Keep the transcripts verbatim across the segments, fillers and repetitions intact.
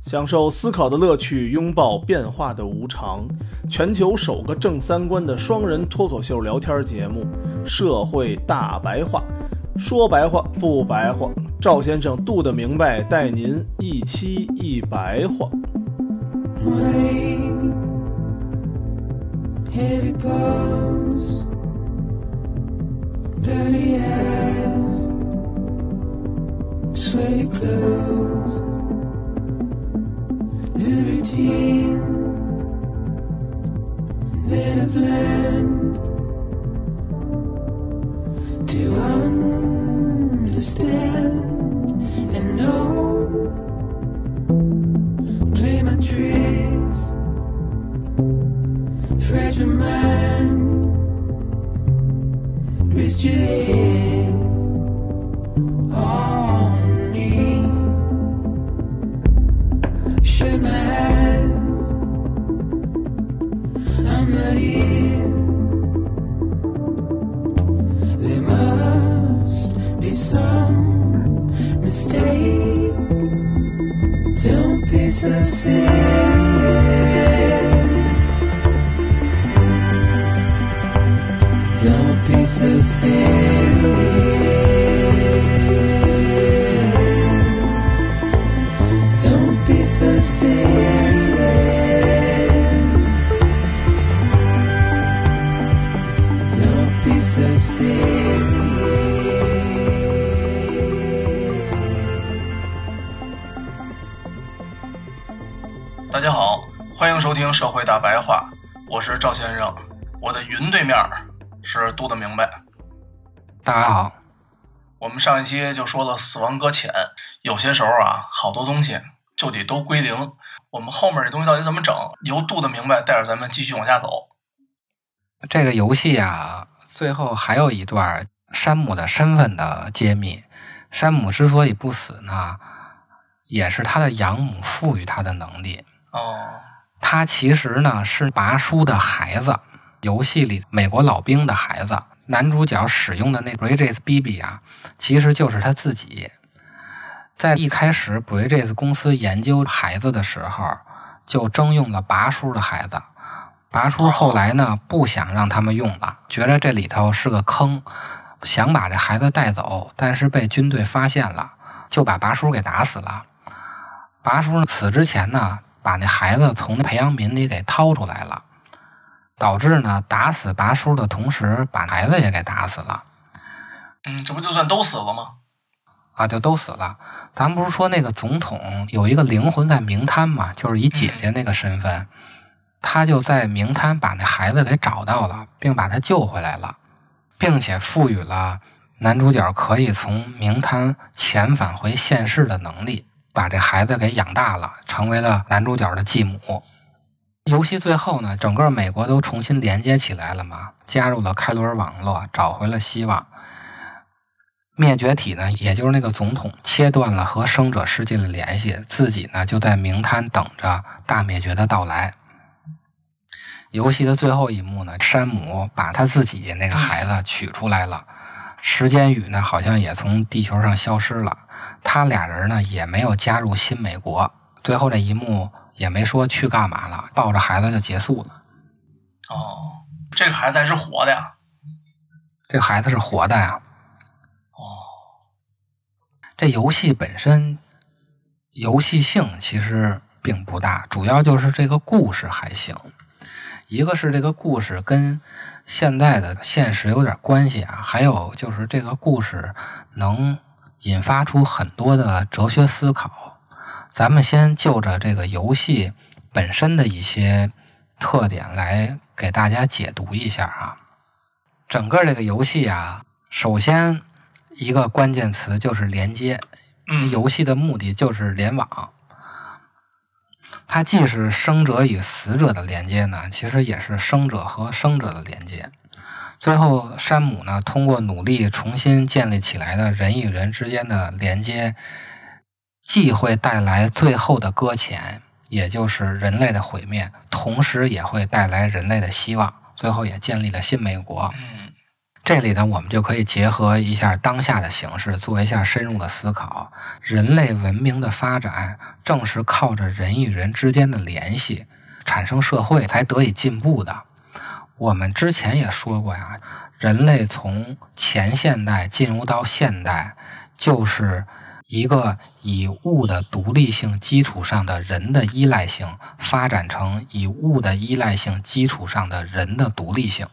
享受思考的乐趣，拥抱变化的无常。全球首个正三观的双人脱口秀聊天节目《社会大白话》，说白话不白话，赵先生度得明白，带您一期一白话。 Here it goes, dirty eyes, sweaty clothes, the routine that I've learned to understand and know. Play my tricks, fragile mind, risk your head on me. Shut my eyes, I'm not here. There must be some mistake. Don't be so serious.Don't be so serious. Don't be so serious. Don't be so serious. 大家好，欢迎收听社会大白话，我是赵先生，我的云对面是度得明白。 大家好， 我们上一期就说了死亡搁浅，有些时候啊，好多东西就得都归零。我们后面这东西到底怎么整？由度得明白带着咱们继续往下走。 这个游戏啊，最后还有一段山姆的身份的揭秘。山姆之所以不死呢，也是他的养母赋予他的能力。 哦， 他其实呢是拔叔的孩子。游戏里美国老兵的孩子，男主角使用的那 Bridges B B 啊，其实就是他自己。在一开始 Bridges 公司研究孩子的时候，就征用了拔叔的孩子。拔叔后来呢，不想让他们用了，觉得这里头是个坑，想把这孩子带走，但是被军队发现了，就把拔叔给打死了。拔叔死之前呢，把那孩子从培养皿里给掏出来了。导致呢，打死拔叔的同时，把孩子也给打死了。 嗯，这不就算都死了吗？ 啊，就都死了。咱不是说那个总统有一个灵魂在冥滩嘛，就是以姐姐那个身份，嗯、他就在冥滩把那孩子给找到了，并把他救回来了，并且赋予了男主角可以从冥滩遣返回现世的能力，把这孩子给养大了，成为了男主角的继母。游戏最后呢，整个美国都重新连接起来了嘛，加入了开罗网络，找回了希望。灭绝体呢，也就是那个总统，切断了和生者世界的联系，自己呢就在冥滩等着大灭绝的到来。游戏的最后一幕呢，山姆把他自己那个孩子取出来了，时间雨呢好像也从地球上消失了，他俩人呢也没有加入新美国。最后这一幕也没说去干嘛了，抱着孩子就结束了。 哦，这个孩子还是活的呀？ 这个孩子是活的呀。 哦， 这游戏本身游戏性其实并不大，主要就是这个故事还行。一个是这个故事跟现在的现实有点关系啊，还有就是这个故事能引发出很多的哲学思考。咱们先就着这个游戏本身的一些特点来给大家解读一下啊。整个这个游戏啊，首先一个关键词就是连接，游戏的目的就是联网。它既是生者与死者的连接呢，其实也是生者和生者的连接。最后山姆呢，通过努力重新建立起来的人与人之间的连接，既会带来最后的搁浅，也就是人类的毁灭，同时也会带来人类的希望，最后也建立了新美国。 这里呢，我们就可以结合一下当下的形势，做一下深入的思考。人类文明的发展，正是靠着人与人之间的联系，产生社会才得以进步的。我们之前也说过呀，人类从前现代进入到现代，就是一个以物的独立性基础上的人的依赖性，发展成以物的依赖性基础上的人的独立性。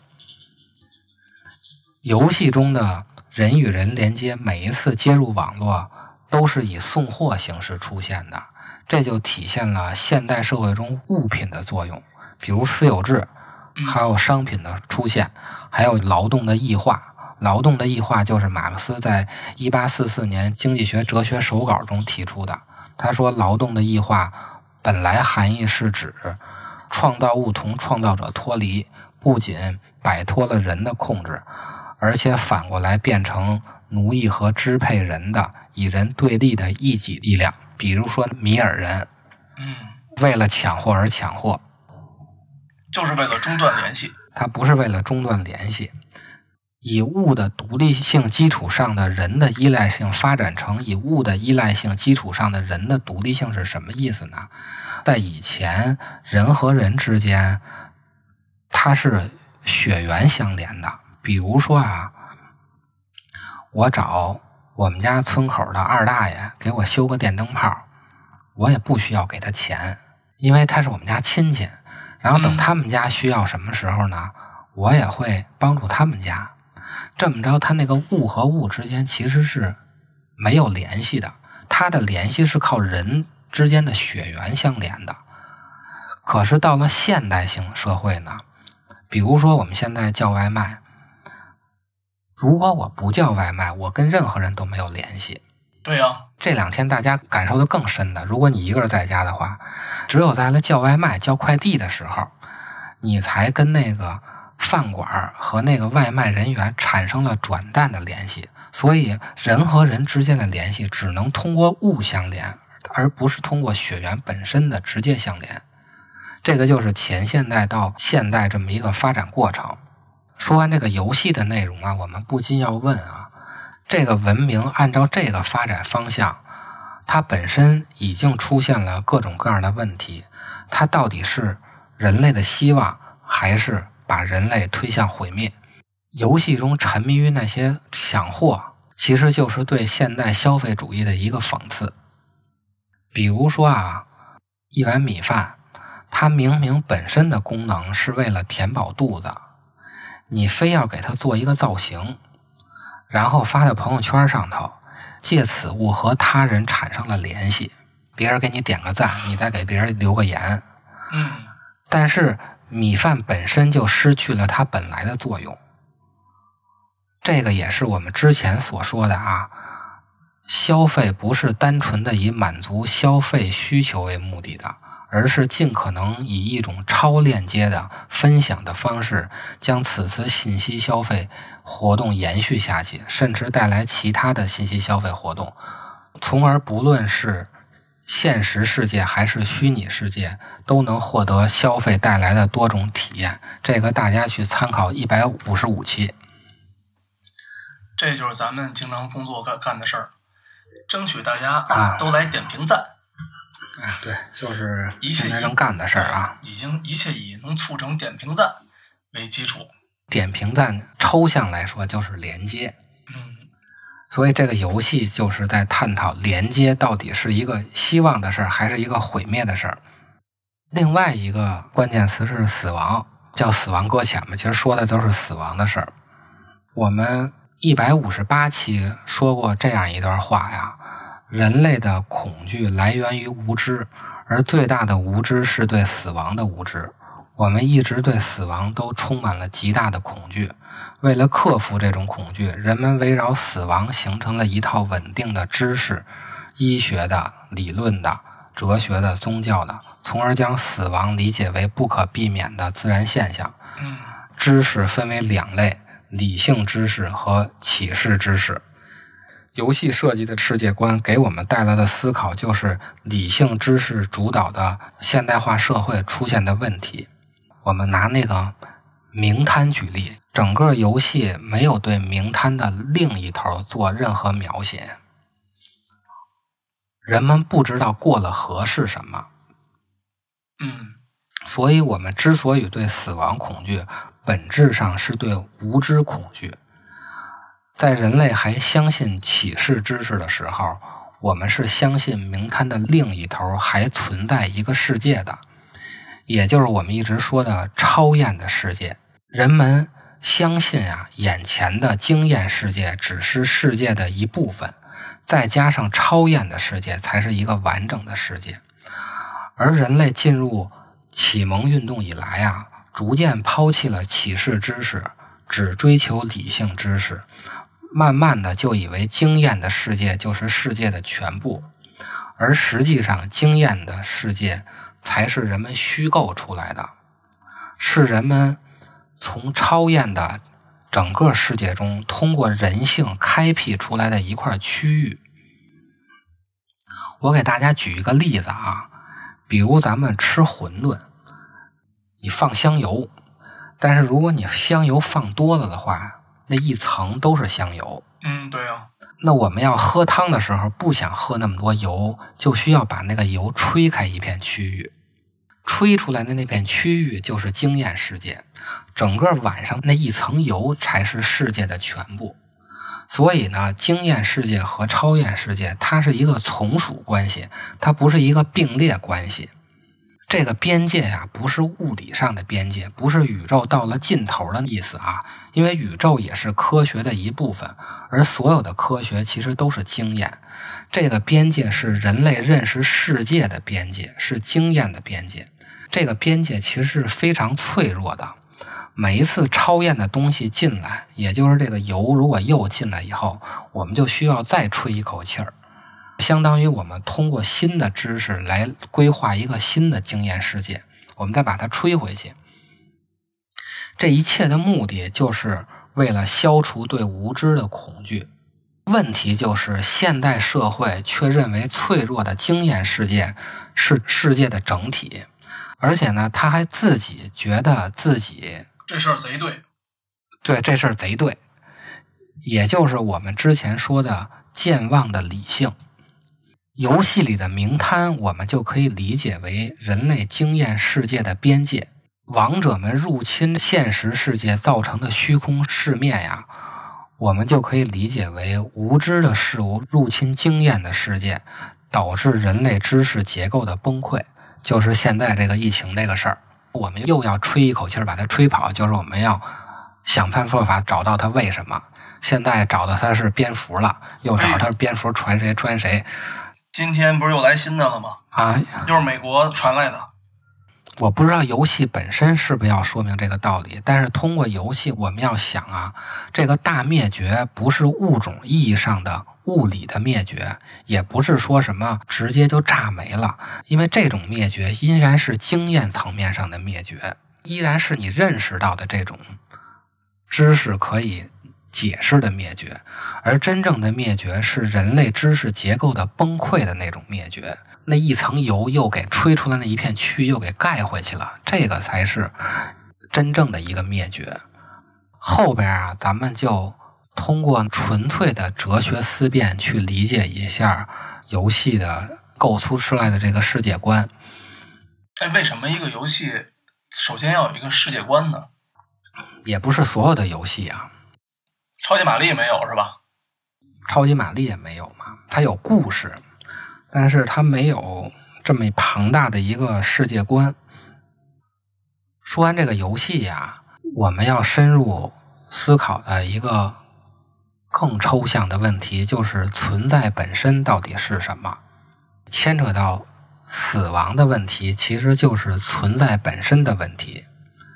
游戏中的人与人连接，每一次接入网络都是以送货形式出现的，这就体现了现代社会中物品的作用，比如私有制，还有商品的出现，还有劳动的异化。劳动的异化就是马克思在一八四四年经济学哲学手稿中提出的。他说，劳动的异化本来含义是指创造物同创造者脱离，不仅摆脱了人的控制，而且反过来变成奴役和支配人的以人对立的异己力量，比如说米尔人， 嗯， 为了抢货而抢货， 就是为了中断联系。 它不是为了中断联系。以物的独立性基础上的人的依赖性发展成以物的依赖性基础上的人的独立性是什么意思呢？在以前，人和人之间它是血缘相连的。比如说啊，我找我们家村口的二大爷给我修个电灯泡，我也不需要给他钱，因为他是我们家亲戚。然后等他们家需要什么时候呢，我也会帮助他们家。这么着，他那个物和物之间其实是没有联系的，它的联系是靠人之间的血缘相连的。可是到了现代性社会呢，比如说我们现在叫外卖，如果我不叫外卖，我跟任何人都没有联系。 对呀、啊， 这两天大家感受的更深的，如果你一个人在家的话，只有在了叫外卖、叫快递的时候，你才跟那个饭馆和那个外卖人员产生了转淡的联系。所以人和人之间的联系只能通过物相连，而不是通过血缘本身的直接相连。这个就是前现代到现代这么一个发展过程。说完这个游戏的内容啊，我们不禁要问啊，这个文明按照这个发展方向，它本身已经出现了各种各样的问题，它到底是人类的希望，还是把人类推向毁灭？游戏中沉迷于那些抢货，其实就是对现代消费主义的一个讽刺。比如说啊，一碗米饭，它明明本身的功能是为了填饱肚子，你非要给它做一个造型，然后发到朋友圈上头，借此物和他人产生了联系，别人给你点个赞，你再给别人留个言。 嗯， 但是米饭本身就失去了它本来的作用。这个也是我们之前所说的啊，消费不是单纯的以满足消费需求为目的的，而是尽可能以一种超链接的分享的方式，将此次信息消费活动延续下去，甚至带来其他的信息消费活动，从而不论是现实世界还是虚拟世界，都能获得消费带来的多种体验。这个大家去参考一百五十五期。 这就是咱们经常工作干干的事儿，争取大家都来点评赞。 哎，对，就是现在正干的事儿啊。 已经一切以能促成点评赞为基础。 点评赞抽象来说就是连接。 嗯， 所以这个游戏就是在探讨连接到底是一个希望的事儿，还是一个毁灭的事儿。另外一个关键词是死亡，叫死亡搁浅嘛，其实说的都是死亡的事儿。我们一百五十八期说过这样一段话呀，人类的恐惧来源于无知，而最大的无知是对死亡的无知。我们一直对死亡都充满了极大的恐惧，为了克服这种恐惧，人们围绕死亡形成了一套稳定的知识，医学的、理论的、哲学的、宗教的，从而将死亡理解为不可避免的自然现象。 嗯， 知识分为两类，理性知识和启示知识。游戏设计的世界观给我们带来的思考，就是理性知识主导的现代化社会出现的问题。我们拿那个名摊举例， 整个游戏没有对冥滩的另一头做任何描写，人们不知道过了河是什么。 嗯， 所以我们之所以对死亡恐惧，本质上是对无知恐惧。在人类还相信启示知识的时候，我们是相信冥滩的另一头还存在一个世界的，也就是我们一直说的超验的世界。人们相信啊，眼前的经验世界只是世界的一部分，再加上超验的世界才是一个完整的世界。而人类进入启蒙运动以来啊，逐渐抛弃了启示知识，只追求理性知识，慢慢的就以为经验的世界就是世界的全部，而实际上经验的世界才是人们虚构出来的，是人们从超验的整个世界中通过人性开辟出来的一块区域。我给大家举一个例子啊，比如咱们吃馄饨，你放香油，但是如果你香油放多了的话，那一层都是香油。 嗯，对啊。 那我们要喝汤的时候，不想喝那么多油，就需要把那个油吹开一片区域，吹出来的那片区域就是经验世界，整个晚上那一层油才是世界的全部。所以呢，经验世界和超验世界它是一个从属关系，它不是一个并列关系。这个边界呀、啊，不是物理上的边界，不是宇宙到了尽头的意思啊，因为宇宙也是科学的一部分，而所有的科学其实都是经验。这个边界是人类认识世界的边界，是经验的边界。这个边界其实是非常脆弱的，每一次超验的东西进来，也就是这个油如果又进来以后，我们就需要再吹一口气儿，相当于我们通过新的知识来规划一个新的经验世界，我们再把它吹回去。这一切的目的就是为了消除对无知的恐惧。问题就是现代社会却认为脆弱的经验世界是世界的整体，而且呢，他还自己觉得自己这事儿贼对， 对，这事儿贼对，也就是我们之前说的健忘的理性。游戏里的冥滩，我们就可以理解为人类经验世界的边界。王者们入侵现实世界造成的虚空世面呀，我们就可以理解为无知的事物入侵经验的世界，导致人类知识结构的崩溃。就是现在这个疫情这个事儿，我们又要吹一口气把它吹跑，就是我们要想办法找到它为什么。现在找到它是蝙蝠了，又找它是蝙蝠传谁传谁。 今天不是又来新的了吗？ 啊， 又是美国传来的。 我不知道游戏本身是不是要说明这个道理，但是通过游戏我们要想啊，这个大灭绝不是物种意义上的物理的灭绝，也不是说什么直接就炸没了，因为这种灭绝依然是经验层面上的灭绝，依然是你认识到的这种知识可以解释的灭绝，而真正的灭绝是人类知识结构的崩溃的那种灭绝，那一层油又给吹出来，那一片区域又给盖回去了，这个才是真正的一个灭绝。后边啊，咱们就通过纯粹的哲学思辨去理解一下游戏的构思出来的这个世界观。 哎，为什么一个游戏首先要有一个世界观呢？ 也不是所有的游戏啊。 超级玛丽没有是吧？ 超级玛丽也没有嘛，它有故事，但是它没有这么庞大的一个世界观。说完这个游戏呀，我们要深入思考的一个更抽象的问题，就是存在本身到底是什么？牵扯到死亡的问题，其实就是存在本身的问题。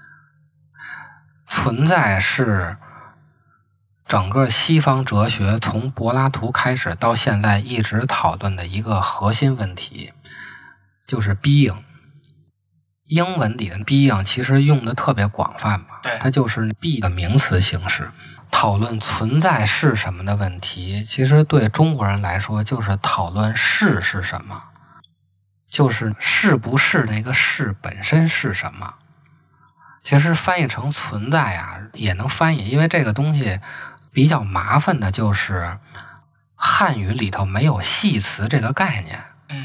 存在是整个西方哲学从柏拉图开始到现在一直讨论的一个核心问题，就是 being。 英文里的 being 其实用的特别广泛嘛， 对， 它就是 be 的名词形式。讨论存在是什么的问题，其实对中国人来说就是讨论是是什么，就是是不是那个是本身是什么。 其实翻译成存在啊也能翻译，因为这个东西比较麻烦的就是汉语里头没有系词这个概念， 嗯，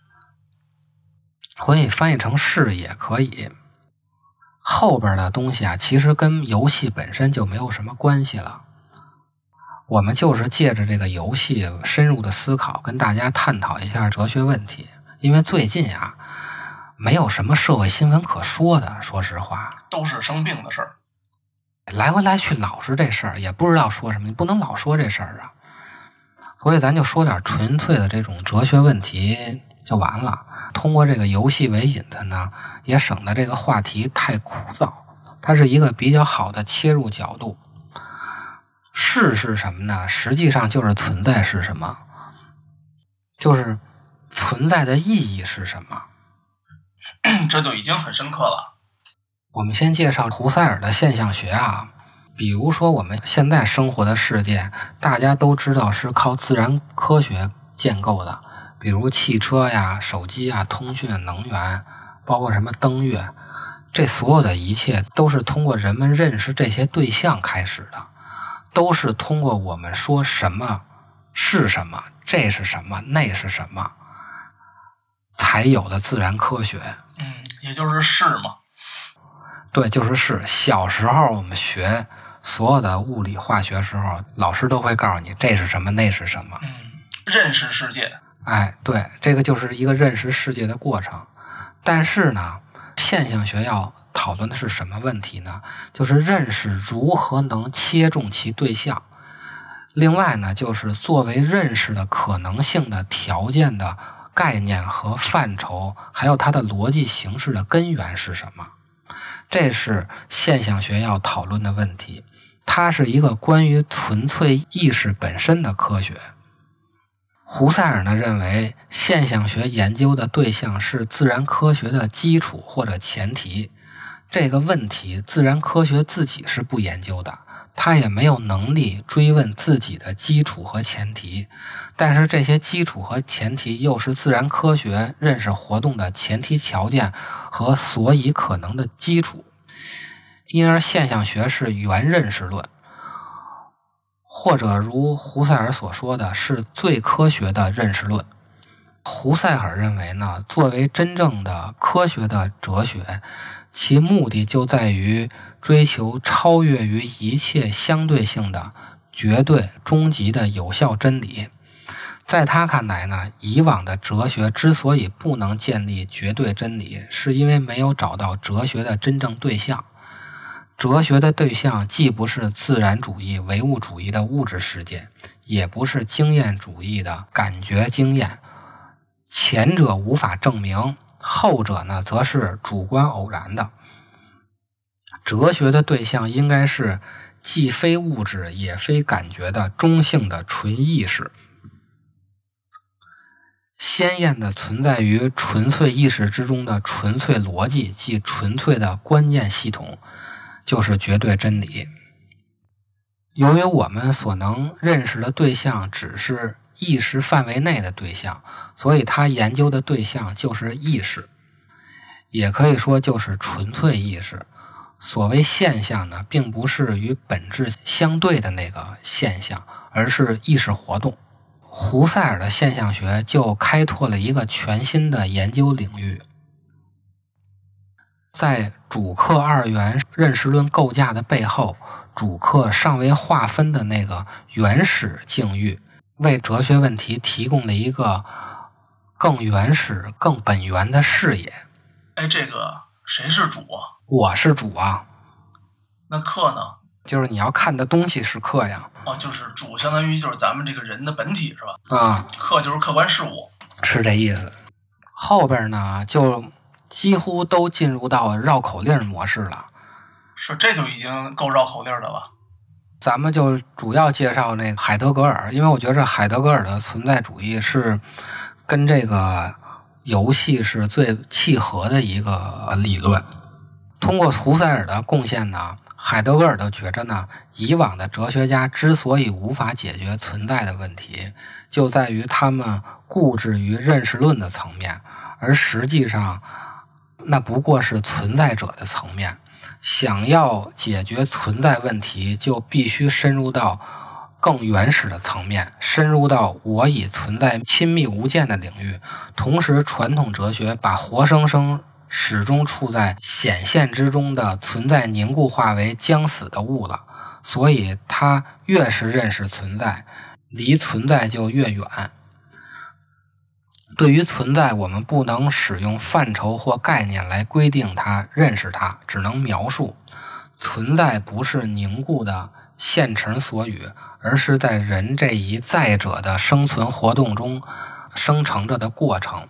所以翻译成是也可以。后边的东西啊，其实跟游戏本身就没有什么关系了。我们就是借着这个游戏深入的思考，跟大家探讨一下哲学问题。因为最近啊，没有什么社会新闻可说的，说实话， 都是生病的事儿。 来回来去老是这事儿，也不知道说什么，你不能老说这事儿啊。所以咱就说点纯粹的这种哲学问题就完了。通过这个游戏为引子呢，也省得这个话题太枯燥，它是一个比较好的切入角度。是是什么呢？实际上就是存在是什么，就是存在的意义是什么。 这就已经很深刻了。 我们先介绍胡塞尔的现象学啊，比如说我们现在生活的世界，大家都知道是靠自然科学建构的，比如汽车呀、手机啊、通讯、能源，包括什么登月，这所有的一切都是通过人们认识这些对象开始的，都是通过我们说什么是什么，这是什么，那是什么，才有的自然科学。 嗯，也就是是嘛。 对，就是是。小时候我们学所有的物理化学时候，老师都会告诉你这是什么，那是什么。 嗯，认识世界。 哎，对，这个就是一个认识世界的过程。但是呢，现象学要讨论的是什么问题呢？就是认识如何能切中其对象。另外呢，就是作为认识的可能性的条件的概念和范畴，还有它的逻辑形式的根源是什么？这是现象学要讨论的问题。它是一个关于纯粹意识本身的科学。胡塞尔呢认为，现象学研究的对象是自然科学的基础或者前提。这个问题自然科学自己是不研究的，他也没有能力追问自己的基础和前提，但是这些基础和前提又是自然科学认识活动的前提条件和所以可能的基础。因而现象学是原认识论，或者如胡塞尔所说的是最科学的认识论。胡塞尔认为呢，作为真正的科学的哲学，其目的就在于追求超越于一切相对性的绝对终极的有效真理。在他看来呢，以往的哲学之所以不能建立绝对真理，是因为没有找到哲学的真正对象。哲学的对象既不是自然主义唯物主义的物质世界，也不是经验主义的感觉经验，前者无法证明，后者呢则是主观偶然的。哲学的对象应该是既非物质也非感觉的中性的纯意识，鲜艳的存在于纯粹意识之中的纯粹逻辑，即纯粹的观念系统，就是绝对真理。由于我们所能认识的对象只是意识范围内的对象，所以他研究的对象就是意识，也可以说就是纯粹意识。所谓现象呢，并不是与本质相对的那个现象，而是意识活动。胡塞尔的现象学就开拓了一个全新的研究领域。在主客二元认识论构架的背后，主客尚未划分的那个原始境遇，为哲学问题提供了一个更原始、更本源的视野。 哎，这个谁是主啊？ 我是主啊。 那客呢？ 就是你要看的东西是客呀。 哦，就是主相当于就是咱们这个人的本体是吧？ 啊， 客就是客观事物， 是这意思。后边呢，就几乎都进入到绕口令模式了。 是，这就已经够绕口令的了。 咱们就主要介绍那个海德格尔，因为我觉得海德格尔的存在主义是跟这个游戏是最契合的一个理论。通过胡塞尔的贡献呢，海德格尔都觉着呢，以往的哲学家之所以无法解决存在的问题，就在于他们固执于认识论的层面，而实际上那不过是存在者的层面。想要解决存在问题，就必须深入到更原始的层面，深入到我与存在亲密无间的领域。同时，传统哲学把活生生始终处在显现之中的存在凝固化为将死的物了，所以它越是认识存在，离存在就越远。对于存在，我们不能使用范畴或概念来规定它、认识它，只能描述。存在不是凝固的现成所语，而是在人这一在者的生存活动中生成着的过程。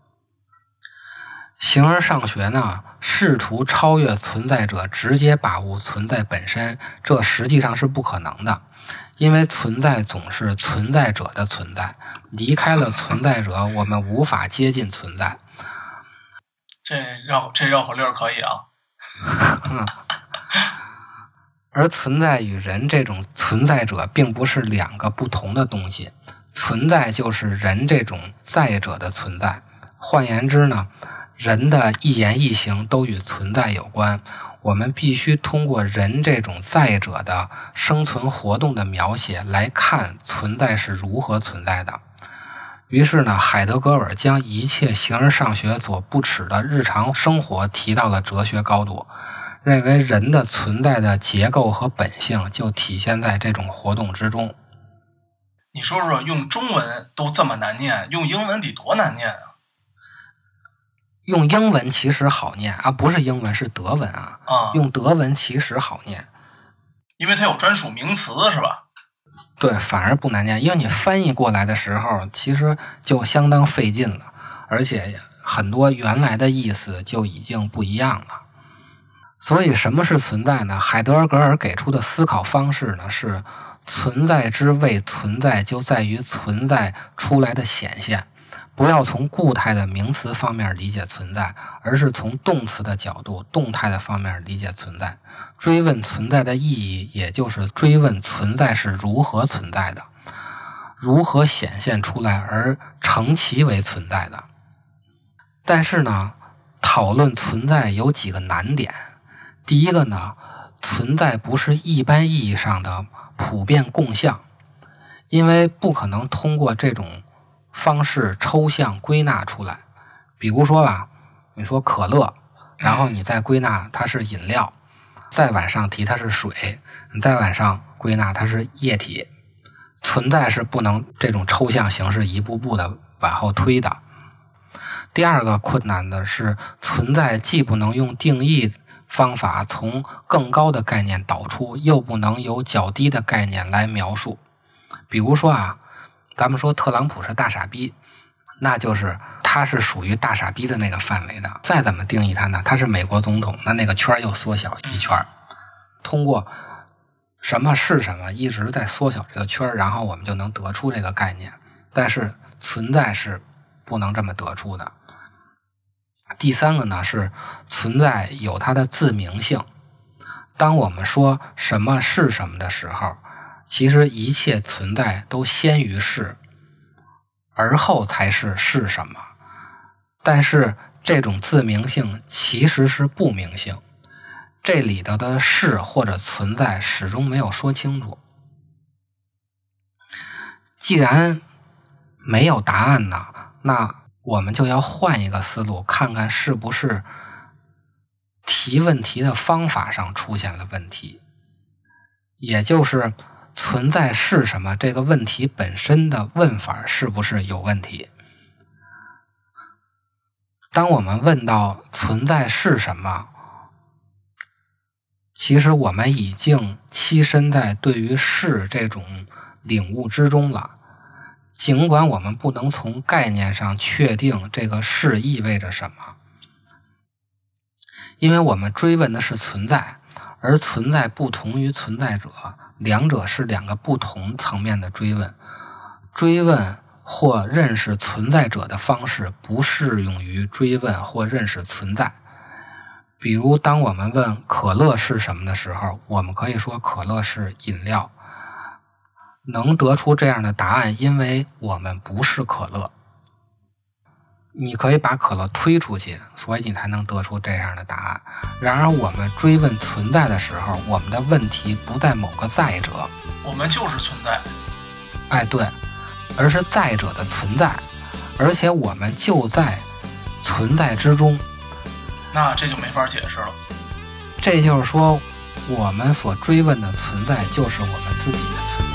形而上学呢，试图超越存在者，直接把握存在本身，这实际上是不可能的。因为存在总是存在者的存在，离开了存在者，我们无法接近存在。 这绕这绕口令可以啊。 嗯，而存在与人这种存在者并不是两个不同的东西，存在就是人这种在者的存在。换言之呢，人的一言一行都与存在有关。我们必须通过人这种在者的生存活动的描写来看存在是如何存在的。于是呢，海德格尔将一切形而上学所不耻的日常生活提到了哲学高度，认为人的存在的结构和本性就体现在这种活动之中。 你说说，用中文都这么难念，用英文得多难念啊？ 用英文其实好念啊，不是英文，是德文啊。 啊， 用德文其实好念， 因为它有专属名词，是吧？ 对，反而不难念，因为你翻译过来的时候，其实就相当费劲了，而且很多原来的意思就已经不一样了。所以，什么是存在呢？海德格尔给出的思考方式呢，是存在之谓存在，就在于存在出来的显现。不要从固态的名词方面理解存在，而是从动词的角度、动态的方面理解存在。追问存在的意义，也就是追问存在是如何存在的，如何显现出来而成其为存在的。但是呢，讨论存在有几个难点。第一个呢，存在不是一般意义上的普遍共相，因为不可能通过这种方式抽象归纳出来。比如说吧，你说可乐，然后你再归纳它是饮料，再往上提它是水，你再往上归纳它是液体。存在是不能这种抽象形式一步步的往后推的。第二个困难的是，存在既不能用定义方法从更高的概念导出，又不能由较低的概念来描述。比如说啊，咱们说特朗普是大傻逼，那就是他是属于大傻逼的那个范围的。再怎么定义他呢？他是美国总统，那那个圈又缩小一圈。通过什么是什么一直在缩小这个圈，然后我们就能得出这个概念。但是存在是不能这么得出的。第三个呢，是存在有它的自明性。当我们说什么是什么的时候，其实一切存在都先于是，而后才是是什么。但是这种自明性其实是不明性，这里头的是或者存在始终没有说清楚。既然没有答案呢，那我们就要换一个思路，看看是不是提问题的方法上出现了问题，也就是存在是什么这个问题本身的问法是不是有问题。当我们问到存在是什么，其实我们已经栖身在对于是这种领悟之中了。尽管我们不能从概念上确定这个是意味着什么，因为我们追问的是存在，而存在不同于存在者，两者是两个不同层面的追问。追问或认识存在者的方式不适用于追问或认识存在。比如当我们问可乐是什么的时候，我们可以说可乐是饮料，能得出这样的答案，因为我们不是可乐。 你可以把可乐推出去，所以你才能得出这样的答案。然而我们追问存在的时候，我们的问题不在某个在者， 我们就是存在。 哎，对，而是在者的存在，而且我们就在存在之中。 那这就没法解释了。 这就是说，我们所追问的存在就是我们自己的存在。